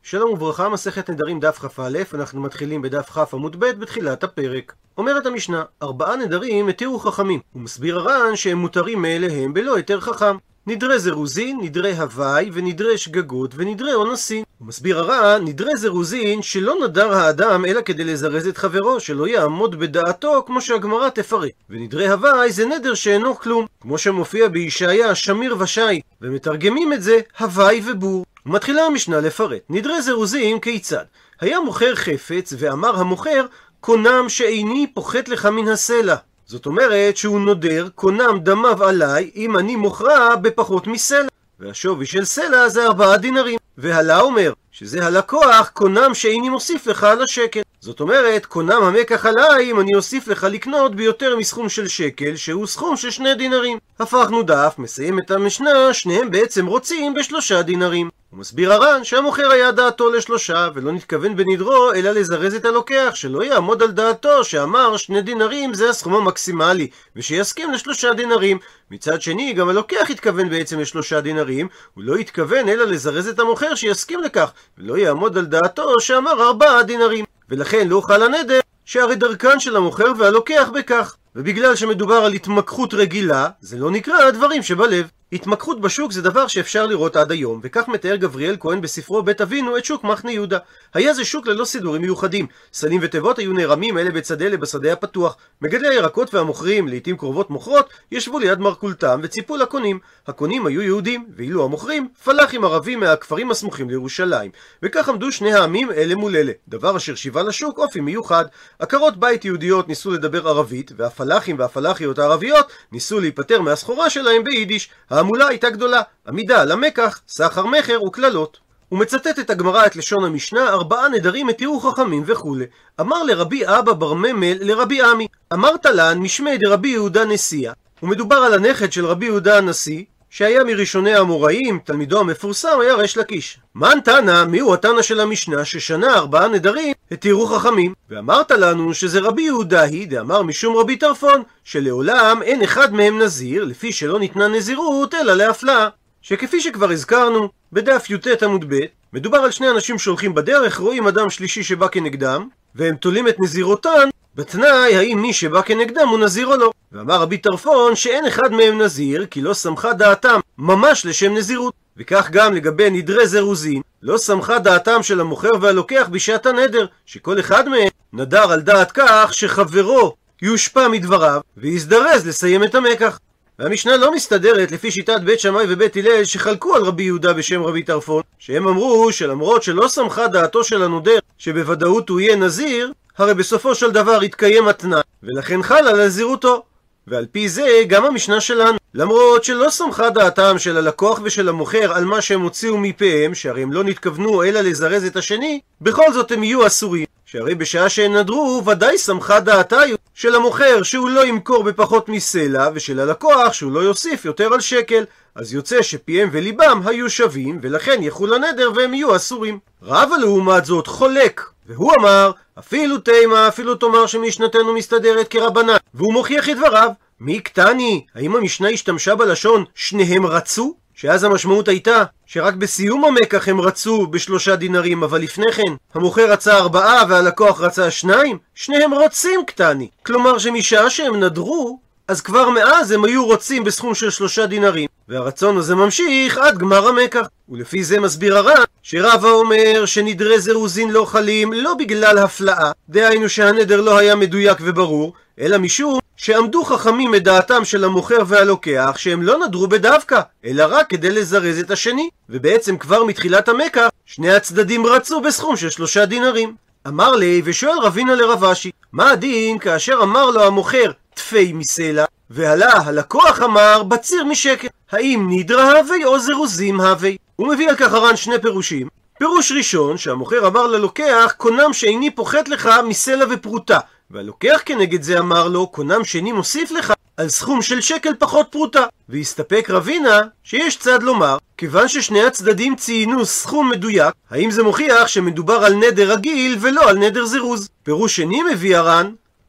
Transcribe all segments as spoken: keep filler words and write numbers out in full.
שלום וברכה, מסכת נדרים דף כ"א, אנחנו מתחילים בדף כ' עמוד ב' בתחילת הפרק. אומרת המשנה, ארבעה נדרים התירו חכמים, ומסביר הר"ן שהם מותרים מאליהם בלא היתר חכם. נדרי זירוזין, נדרי הוואי, ונדרי שגגות, ונדרי אונסין. ומסביר הר"ן, נדרי זירוזין שלא נדר האדם אלא כדי לזרז את חברו, שלא יעמוד בדעתו כמו שהגמרא תפרט. ונדרי הוואי זה נדר שאינו כלום, כמו שמופיע בישעיה שמיר ושי, ומתרגמים את זה הוואי ובור. ומתחילה המשנה לפרט. נדרי זירוזין כיצד? היה מוכר חפץ ואמר המוכר, קונם שאיני פוחת לך מן הסלע. זאת אומרת שהוא נודר, קונם דמיו עליי אם אני מוכרה בפחות מסלע. והשווי של סלע זה ארבעה דינרים. והלה אומר שזה הלקוח, קונם שאיני מוסיף לך על השקל. זאת אומרת, קונם המקח עליי אם אני אוסיף לך לקנות ביותר מסכום של שקל, שהוא סכום של שני דינרים. הפכנו דף, מסיים את המשנה, שניהם בעצם רוצים בשלושה דינרים. הוא מסביר הר"ן שהמוכר היה דעתו לשלושה, ולא נתכוון בנדרו אלא לזרז את הלוקח, שלא יעמוד על דעתו שאמר שני דינרים זה הסכום המקסימלי, ושיסכים לשלושה דינרים. מצד שני, גם הלוקח התכוון בעצם לשלושה דינרים, הוא לא התכוון אלא לזרז את המוכר שיסכים לכך, ולא יעמוד על דעתו שאמר ארבעה דינרים. ולכן לא חל הנדר שהרי דרכן של המוכר והלוקח בכך. ובגלל שמדובר על התמקחות רגילה, זה לא נקרא הדברים שבלב. התמקחות בשוק זה דבר שאפשר לראות עד היום, וכך מתאר גבריאל כהן בספרו בית אבינו את שוק מחנה יהודה. היה זה שוק ללא סידורים מיוחדים, סלים ותיבות היו נערמים אלה בצד אלה בשדה הפתוח. מגדלי הירקות והמוכרים, לעתים קרובות מוכרות, ישבו ליד מרכולתם וציפו לקונים. הקונים היו יהודים, ואילו המוכרים פלחים ערבים מהכפרים הסמוכים לירושלים. וכך עמדו שני העמים אלה מול אלה, דבר אשר שיבה לשוק אופי מיוחד. עקרות בית יהודיות ניסו לדבר ערבית, והפלחים והפלחיות הערביות ניסו להיפטר מהסחורה שלהם ביידיש. העמולה הייתה גדולה, עמידה על המקח, סחר מכר וכללות. הוא מצטט את הגמרא את לשון המשנה, ארבעה נדרים התירו חכמים וכו'. אמר לרבי אבא בר ממל לרבי עמי, אמרת לן משמי דרבי יהודה נשיאה. ומדובר על הנכד של רבי יהודה הנשיא, שהיה מראשוני האמוראים, תלמידו המפורסם היה ריש לקיש. מן תנא, מיהו התנא של המשנה ששנה ארבעה נדרים התירו חכמים? ואמרת לנו שזה רבי יהודה היא, דאמר משום רבי טרפון, שלעולם אין אחד מהם נזיר, לפי שלא ניתנה נזירות אלא להפלאה. שכפי שכבר הזכרנו, בדף י"ט עמוד ב', מדובר על שני אנשים שהולכים בדרך, רואים אדם שלישי שבא כנגדם, והם תולים את נזירותן בתנאי האם מי שבא כנגדם הוא נזיר או לא. ואמר רבי טרפון שאין אחד מהם נזיר, כי לא שמחה דעתם ממש לשם נזירות. וכך גם לגבי נדרי זירוזין, לא שמחה דעתם של המוכר והלוקח בשעת הנדר, שכל אחד מהם נדר על דעת כך שחברו יושפע מדבריו ויזדרז לסיים את המקח. והמשנה לא מסתדרת לפי שיטת בית שמאי ובית הלל שחלקו על רבי יהודה בשם רבי טרפון, שהם אמרו שלמרות שלא שמחה דעתו של הנודר שבוודאות הוא יהיה נזיר, הרי בסופו של דבר יתקיים התנאי, ולכן חל על נזירותו. ועל פי זה גם המשנה שלנו, למרות שלא שמחה דעתם של הלקוח ושל המוכר על מה שהם הוציאו מפיהם, שהרי הם לא נתכוונו אלא לזרז את השני, בכל זאת הם יהיו אסורים, שהרי בשעה שהם נדרו ודאי שמחה דעתה של המוכר שהוא לא ימכור בפחות מסלע, ושל הלקוח שהוא לא יוסיף יותר על שקל, אז יוצא שפיהם וליבם היו שווים, ולכן יחול הנדר והם יהיו אסורים. רב לעומת זאת חולק, והוא אמר, אפילו תימה, אפילו תאמר שמשנתנו מסתדרת כרבנן, והוא מוכיח את דבריו. מי קטני? האם המשנה השתמשה בלשון שניהם רצו? שאז המשמעות הייתה שרק בסיום המקח הם רצו בשלושה דינרים, אבל לפני כן המוכר רצה ארבעה והלקוח רצה שניים? שניהם רוצים קטני. כלומר שמשעה שהם נדרו, אז כבר מאז הם היו רוצים בסכום של שלושה דינרים, והרצון הזה ממשיך עד גמר המקח. ולפי זה מסביר הר"ן שרבא אומר שנדרי זירוזין לא חלים לא בגלל הפלאה, דהיינו שהנדר לא היה מדויק וברור, אלא משום שעמדו חכמים את דעתם של המוכר והלוקח שהם לא נדרו בדווקא, אלא רק כדי לזרז את השני, ובעצם כבר מתחילת המקח שני הצדדים רצו בסכום של שלושה דינרים. אמר לי ושואל רבינה לרב אשי, מה הדין כאשר אמר לו המוכר תפי מסלע, והלה הלקוח אמר בציר משקל, האם נדרה הווי או זירוזים הווי? הוא מביא על כך הר"ן שני פירושים. פירוש ראשון, שהמוכר אמר ללוקח קונם שאיני פוחת לך מסלע ופרוטה, והלוקח כנגד זה אמר לו קונם שאיני מוסיף לך על סכום של שקל פחות פרוטה. והסתפק רבינה שיש צד לומר, כיוון ששני הצדדים ציינו סכום מדויק, האם זה מוכיח שמדובר על נדר רגיל ולא על נדר זירוז? פירוש שני מביא הר"ן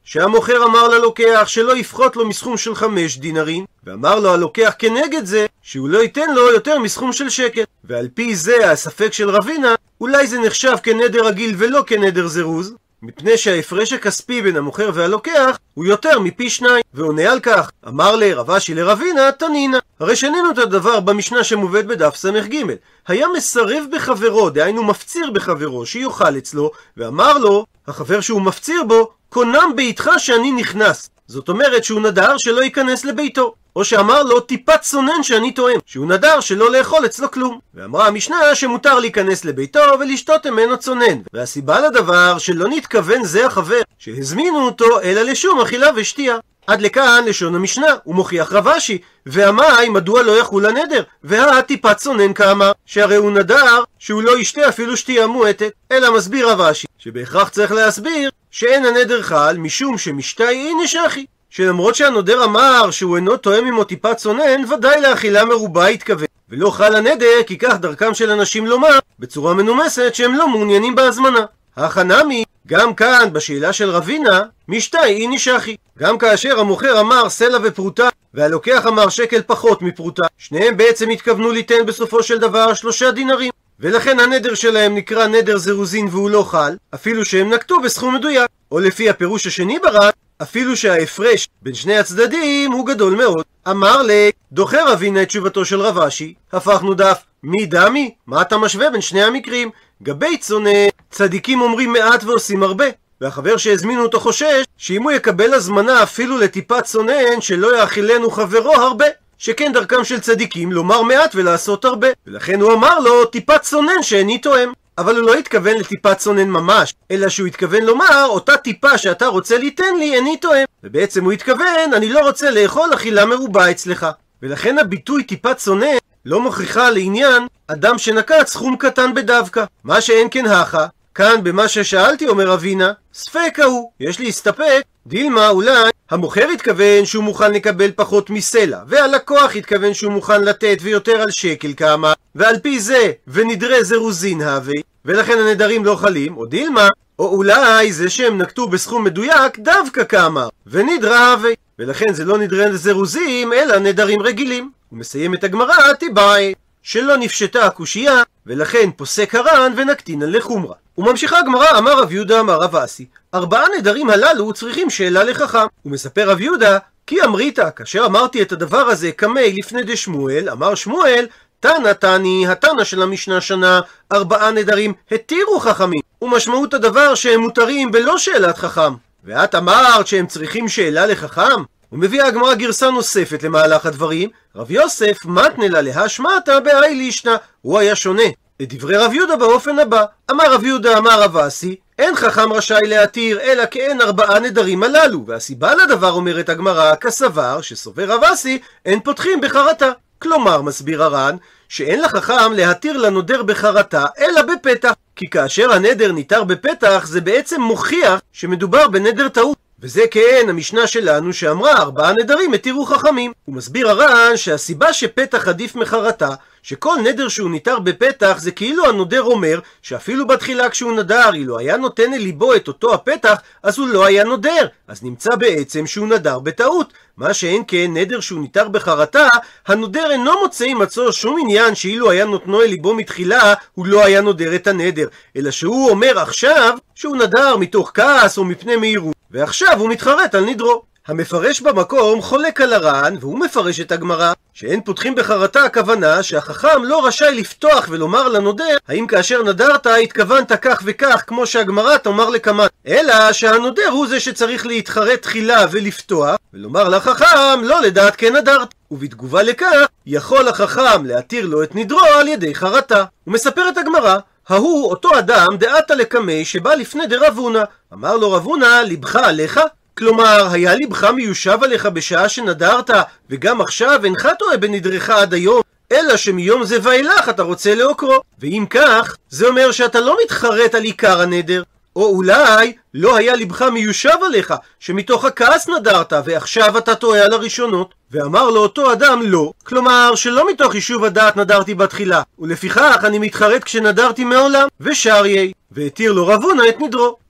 שהמוכר אמר ללוקח שלא יפחות לו מסכום של חמש דינרים, ואמר לו הלוקח כנגד זה שהוא לא ייתן לו יותר מסכום של שקל. ועל פי זה הספק של רבינה, אולי זה נחשב כנדר רגיל ולא כנדר זירוז, מפני שההפרש הכספי בין המוכר והלוקח הוא יותר מפי שניים. ועונה על כך, אמר לי רב אשי לרבינה תנינה. הרי שנינו את הדבר במשנה שמובאת בדף סמך ג'. היה מסרב בחברו, דהיינו מפציר בחברו שיוכל אצלו, ואמר לו, החבר שהוא מפציר בו, קונם ביתך שאני נכנס. זאת אומרת שהוא נדר שלא ייכנס לביתו. או שאמר לו טיפת צונן שאני טועם, שהוא נדר שלא לאכול אצלו כלום. ואמרה המשנה שמותר להיכנס לביתו ולשתות ממנו צונן. והסיבה לדבר שלא נתכוון זה החבר שהזמינו אותו אלא לשום אכילה ושתייה. עד לכאן לשון המשנה, הוא מוכיח רב אשי, והמאי מדוע לא יחול הנדר, והטיפת צונן כאמר, שהרי הוא נדר שהוא לא ישתה אפילו שתייה מועטת. אלא מסביר רב אשי שבהכרח צריך להסביר שאין הנדר חל משום שמשתי אי נשכי, שלמרות שהנודר אמר שהוא אינו תואם עמו טיפת צונן, ודאי לאכילה מרובה התכוון, ולא חל הנדר כי כך דרכם של אנשים לומר בצורה מנומסת שהם לא מעוניינים בהזמנה. החנמי, גם כאן בשאלה של רבינה, משתי אי נשכי, גם כאשר המוכר אמר סלע ופרוטה והלוקח אמר שקל פחות מפרוטה, שניהם בעצם התכוונו ליתן בסופו של דבר שלושה דינרים, ולכן הנדר שלהם נקרא נדר זירוזין והוא לא חל, אפילו שהם נקטו בסכום מדויק. או לפי הפירוש השני ברק, אפילו שההפרש בין שני הצדדים הוא גדול מאוד. אמר לי, דוחה רבינה את תשובתו של רב אשי, הפכנו דף, מי דמי? מה אתה משווה בין שני המקרים? גבי צונן, צדיקים אומרים מעט ועושים הרבה, והחבר שהזמינו אותו חושש שאם הוא יקבל הזמנה אפילו לטיפת צונן שלא יאכילנו חברו הרבה, שכן דרכם של צדיקים לומר מעט ולעשות הרבה, ולכן הוא אמר לו טיפת צונן שאיני תואם. אבל הוא לא התכוון לטיפת צונן ממש, אלא שהוא התכוון לומר אותה טיפה שאתה רוצה ליתן לי איני תואם, ובעצם הוא התכוון אני לא רוצה לאכול אכילה מרובה אצלך. ולכן הביטוי טיפת צונן לא מוכיחה לעניין אדם שנקט סכום קטן בדווקא. מה שאין כן הכה, כאן במה ששאלתי אומר רבינה, ספק הוא, יש להסתפק, דילמה אולי המוכר התכוון שהוא מוכן לקבל פחות מסלע, והלקוח התכוון שהוא מוכן לתת ויותר על שקל כמה, ועל פי זה ונדרי זירוזין הווי, ולכן הנדרים לא חלים, או דילמה, או אולי זה שהם נקטו בסכום מדויק דווקא כאמר, ונדרה הווי, ולכן זה לא נדרי זירוזים אלא נדרים רגילים. הוא מסיים את הגמרא, תיבאי שלא נפשטה הקושייה, ולכן פוסק הר"ן ונקטינן לחומרה. וממשיכה הגמרא, אמר רב יהודה אמר רב אסי, ארבעה נדרים הללו צריכים שאלה לחכם. הוא מספר רב יהודה, כי אמרית, כאשר אמרתי את הדבר הזה קמי לפני דשמואל, אמר שמואל, תנא תני, התנא של המשנה שנה, ארבעה נדרים התירו חכמים, ומשמעות הדבר שהם מותרים בלא שאלת חכם. ואת אמרת שהם צריכים שאלה לחכם? ומביאה הגמרא גרסה נוספת למהלך הדברים, רב יוסף מתנה לה להשמעתה באי לישנא, הוא היה שונה את דברי רב יהודה באופן הבא, אמר רב יהודה אמר רב אסי, אין חכם רשאי להתיר אלא כאין ארבעה נדרים הללו, והסיבה לדבר אומרת הגמרא כסבר שסובר רב אסי אין פותחים בחרטה. כלומר מסביר הר"ן שאין לחכם להתיר לנודר בחרטה אלא בפתח, כי כאשר הנדר ניתר בפתח זה בעצם מוכיח שמדובר בנדר טעות, וזה כן המשנה שלנו שאמרה ארבעה נדרים התירו חכמים. הוא מסביר הר"ן שהסיבה שפתח עדיף מחרטה, שכל נדר שהוא ניתר בפתח זה כאילו הנודר אומר שאפילו בתחילה כשהוא נדר אילו היה נותן אל ליבו את אותו הפתח אז הוא לא היה נודר, אז נמצא בעצם שהוא נדר בטעות. מה שאין כן נדר שהוא ניתר בחרטה, הנודר אינו מוצא עם עצמו שום עניין שאילו היה נותנו אל ליבו מתחילה הוא לא היה נודר את הנדר, אלא שהוא אומר עכשיו שהוא נדר מתוך כעס או מפני מהירות, ועכשיו הוא מתחרט על נדרו. המפרש במקום חולק על הר"ן, והוא מפרש את הגמרא שאין פותחים בחרטה הכוונה שהחכם לא רשאי לפתוח ולומר לנודר האם כאשר נדרת התכוונת כך וכך כמו שהגמרא תאמר לקמן, אלא שהנודר הוא זה שצריך להתחרט תחילה ולפתוח ולומר לחכם לא לדעת כן נדרת, ובתגובה לכך יכול החכם להתיר לו את נדרו על ידי חרטה. הוא מספר את הגמרא, ההוא אותו אדם דעתה לקמי שבא לפני דרב הונא, אמר לו רב הונא לבך עליך? כלומר, היה ליבך מיושב עליך בשעה שנדרת, וגם עכשיו אינך טועה בנדרך עד היום, אלא שמיום זה ואילך אתה רוצה לעוקרו. ואם כך, זה אומר שאתה לא מתחרט על עיקר הנדר. או אולי לא היה ליבך מיושב עליך, שמתוך הכעס נדרת, ועכשיו אתה טועה על הראשונות. ואמר לו אותו אדם לא, כלומר שלא מתוך יישוב הדעת נדרתי בתחילה, ולפיכך אני מתחרט כשנדרתי מעולם, ושריה, והתיר לו רב הונא את נדרו.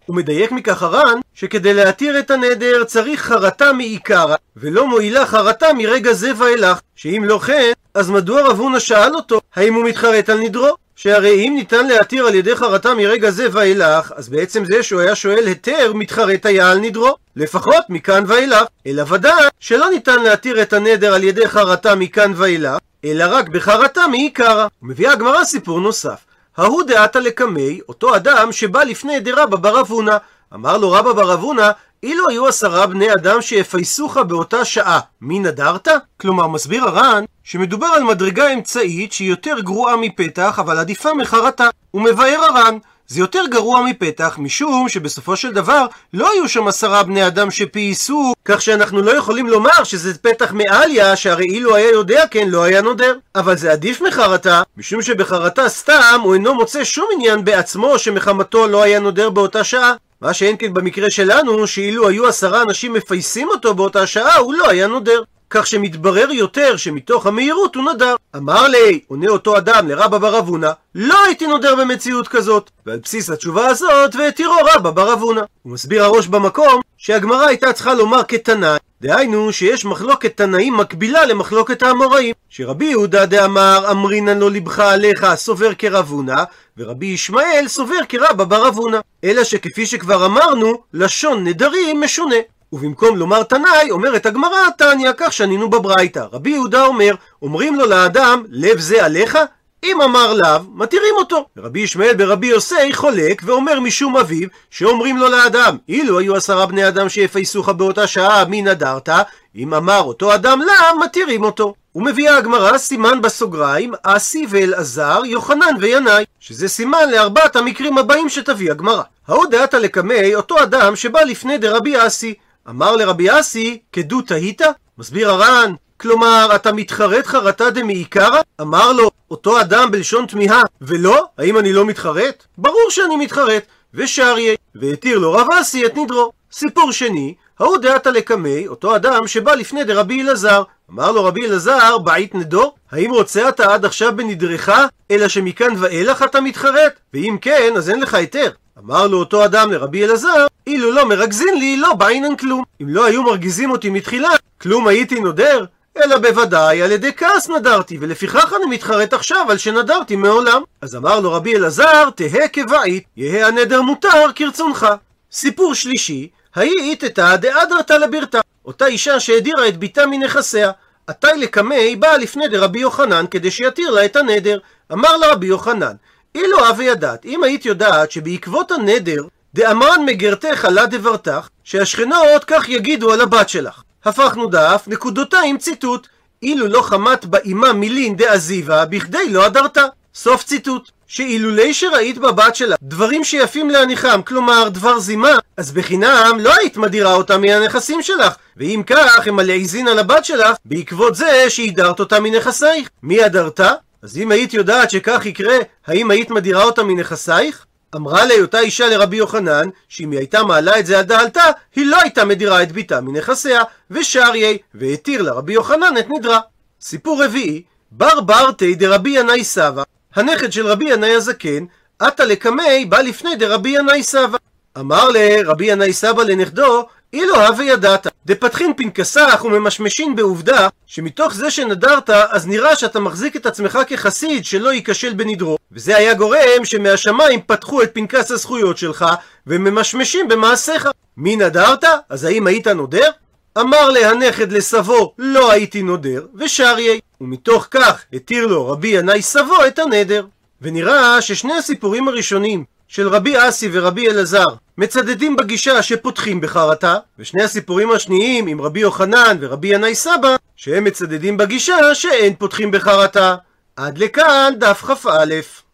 הוא מדייק מכך הר"ן שכדי להתיר את הנדר צריך חרטה מעיקרא, ולא מועילה חרטה מרגע זה ואילך, שאם לא כן, אז מדוע רב הונא שאל אותו האם הוא מתחרט על נדרו? שהרי אם ניתן להתיר על ידי חרטה מרגע זה ואילך, אז בעצם זה שהוא היה שואל היתר מתחרט היה על נדרו, לפחות מכאן ואילך. אלא ודאי שלא ניתן להתיר את הנדר על ידי חרטה מכאן ואילך, אלא רק בחרטה מעיקרא. ומביאה הגמרא סיפור נוסף. ההוא דעתא לקמי, אותו אדם שבא לפני דרבא בר רב הונא. אמר לו רבא בר רב הונא, אילו היו עשרה בני אדם שיפייסוך באותה שעה, מי נדרת? כלומר, מסביר הר"ן שמדובר על מדרגה אמצעית שהיא יותר גרועה מפתח, אבל עדיפה מחרטה. ומבאר הר"ן, זה יותר גרוע מפתח, משום שבסופו של דבר לא היו שם עשרה בני אדם שפייסו, כך שאנחנו לא יכולים לומר שזה פתח מעליה, שהרי אילו היה יודע כן לא היה נודר. אבל זה עדיף מחרטה, משום שבחרטה סתם הוא אינו מוצא שום עניין בעצמו שמחמתו לא היה נודר באותה שעה. מה שאין כן במקרה שלנו, שאילו היו עשרה אנשים מפייסים אותו באותה שעה, הוא לא היה נודר. כך שמתברר יותר שמתוך המהירות הוא נדר. אמר לי, עונה אותו אדם לרבא בר רב הונא, לא הייתי נודר במציאות כזאת. ועל בסיס התשובה הזאת והתירו רבא בר רב הונא. הוא מסביר הראש במקום שהגמרא הייתה צריכה לומר כתנאי, דהיינו שיש מחלוקת תנאים מקבילה למחלוקת האמוראים, שרבי יהודה דאמר אמרינן לא לבך עליך סובר כרב הונא, ורבי ישמעאל סובר כרבא בר רב הונא. אלא שכפי שכבר אמרנו, לשון נדרים משונה. ובמקום לומר תנאי, אומרת הגמרא תניא, כך שנינו בברייתא. רבי יהודה אומר, אומרים לו לאדם, לב זה עליך? אם אמר לאו, מתירים אותו. ורבי ישמעאל ברבי יוסי חולק ואומר משום אביו, שאומרים לו לאדם, אילו היו עשרה בני אדם שיפייסוך באותה שעה, מי נדרת? אם אמר אותו אדם לאו, מתירים אותו. ומביאה הגמרא סימן בסוגריים, אסי ואלעזר, יוחנן וינאי, שזה סימן לארבעת המקרים הבאים שתביא הגמרא. ההוא דעתא לקמי, אותו אדם שבא לפני דרבי אסי. אמר לרבי אסי, כדו תהית? מסביר הר"ן, כלומר, אתה מתחרט חרטה דמעיקרא? אמר לו, אותו אדם בלשון תמיהה, ולא? האם אני לא מתחרט? ברור שאני מתחרט. ושאריה, והתיר לו רב אסי את נדרו. סיפור שני, ההוא דעתא לקמי, אותו אדם שבא לפני דרבי אלעזר. אמר לו רבי אלעזר, בעית נדו? האם רוצה אתה עד עכשיו בנדרך, אלא שמכאן ואילך אתה מתחרט? ואם כן, אז אין לך היתר. אמר לו אותו אדם לרבי אלעזר, אילו לא מרגזין לי, לא בעינן כלום. אם לא היו מרגיזים אותי מתחילה, כלום הייתי נודר? אלא בוודאי על ידי כעס נדרתי, ולפיכך אני מתחרט עכשיו על שנדרתי מעולם. אז אמר לו רבי אלעזר, תהא כבעית, יהא הנדר מותר כרצונך. סיפור שלישי, ההיא איתתא דאדרתא לבירתא, אותה אישה שהדירה את ביתה מנכסיה. עתי לקמי באה לפני דרבי יוחנן כדי שיתיר לה את הנדר. אמר לה רבי יוחנן, אילו אבי ידעת, אם היית יודעת שבעקבות הנדר דאמרן מגרתך לה דברתך, שהשכנות כך יגידו על הבת שלך. הפכנו דף, נקודותיים ציטוט, אילו לא חמת באימה מילין דעזיבה, בכדי לא הדרתה. סוף ציטוט. שאילולי שראית בבת שלה דברים שיפים להניחם, כלומר דבר זימה, אז בחינם לא היית מדירה אותה מהנכסים שלך, ואם כך הם מלעיזין על הבת שלך בעקבות זה שהידרת אותה מנכסייך. מי הדרתה? אז אם היית יודעת שכך יקרה, האם היית מדירה אותה מנכסייך? אמרה לי אותה אישה לרבי יוחנן, שאם היא הייתה מעלה את זה על דעלתה, היא לא הייתה מדירה את ביתה מנכסיה, ושאריה, והתיר לרבי יוחנן את נדרה. סיפור רביעי, בר ברתי דרבי ינאי סבא, הנכד של רבי ינאי הזקן, עתה לקמי בא לפני דרבי ינאי סבא. אמר לרבי ינאי סבא לנכדו, אילו הווה ידעת, דפתחין פנקסך וממשמשין בעובדה, שמתוך זה שנדרת, אז נראה שאתה מחזיק את עצמך כחסיד שלא ייכשל בנדרו. וזה היה גורם שמהשמיים פתחו את פנקס הזכויות שלך, וממשמשים במעשיך. מי נדרת? אז האם היית נודר? אמר להנכד לסבו, לא הייתי נודר, ושאריה. ומתוך כך התיר לו רבי ינאי סבו את הנדר. ונראה ששני הסיפורים הראשונים, של רבי אסי ורבי אלעזר, מצדדים בגישה שפותחים בחרטה, ושני הסיפורים השניים עם רבי יוחנן ורבי ינאי סבא, שהם מצדדים בגישה שאין פותחים בחרטה. עד לכאן דף כ"א.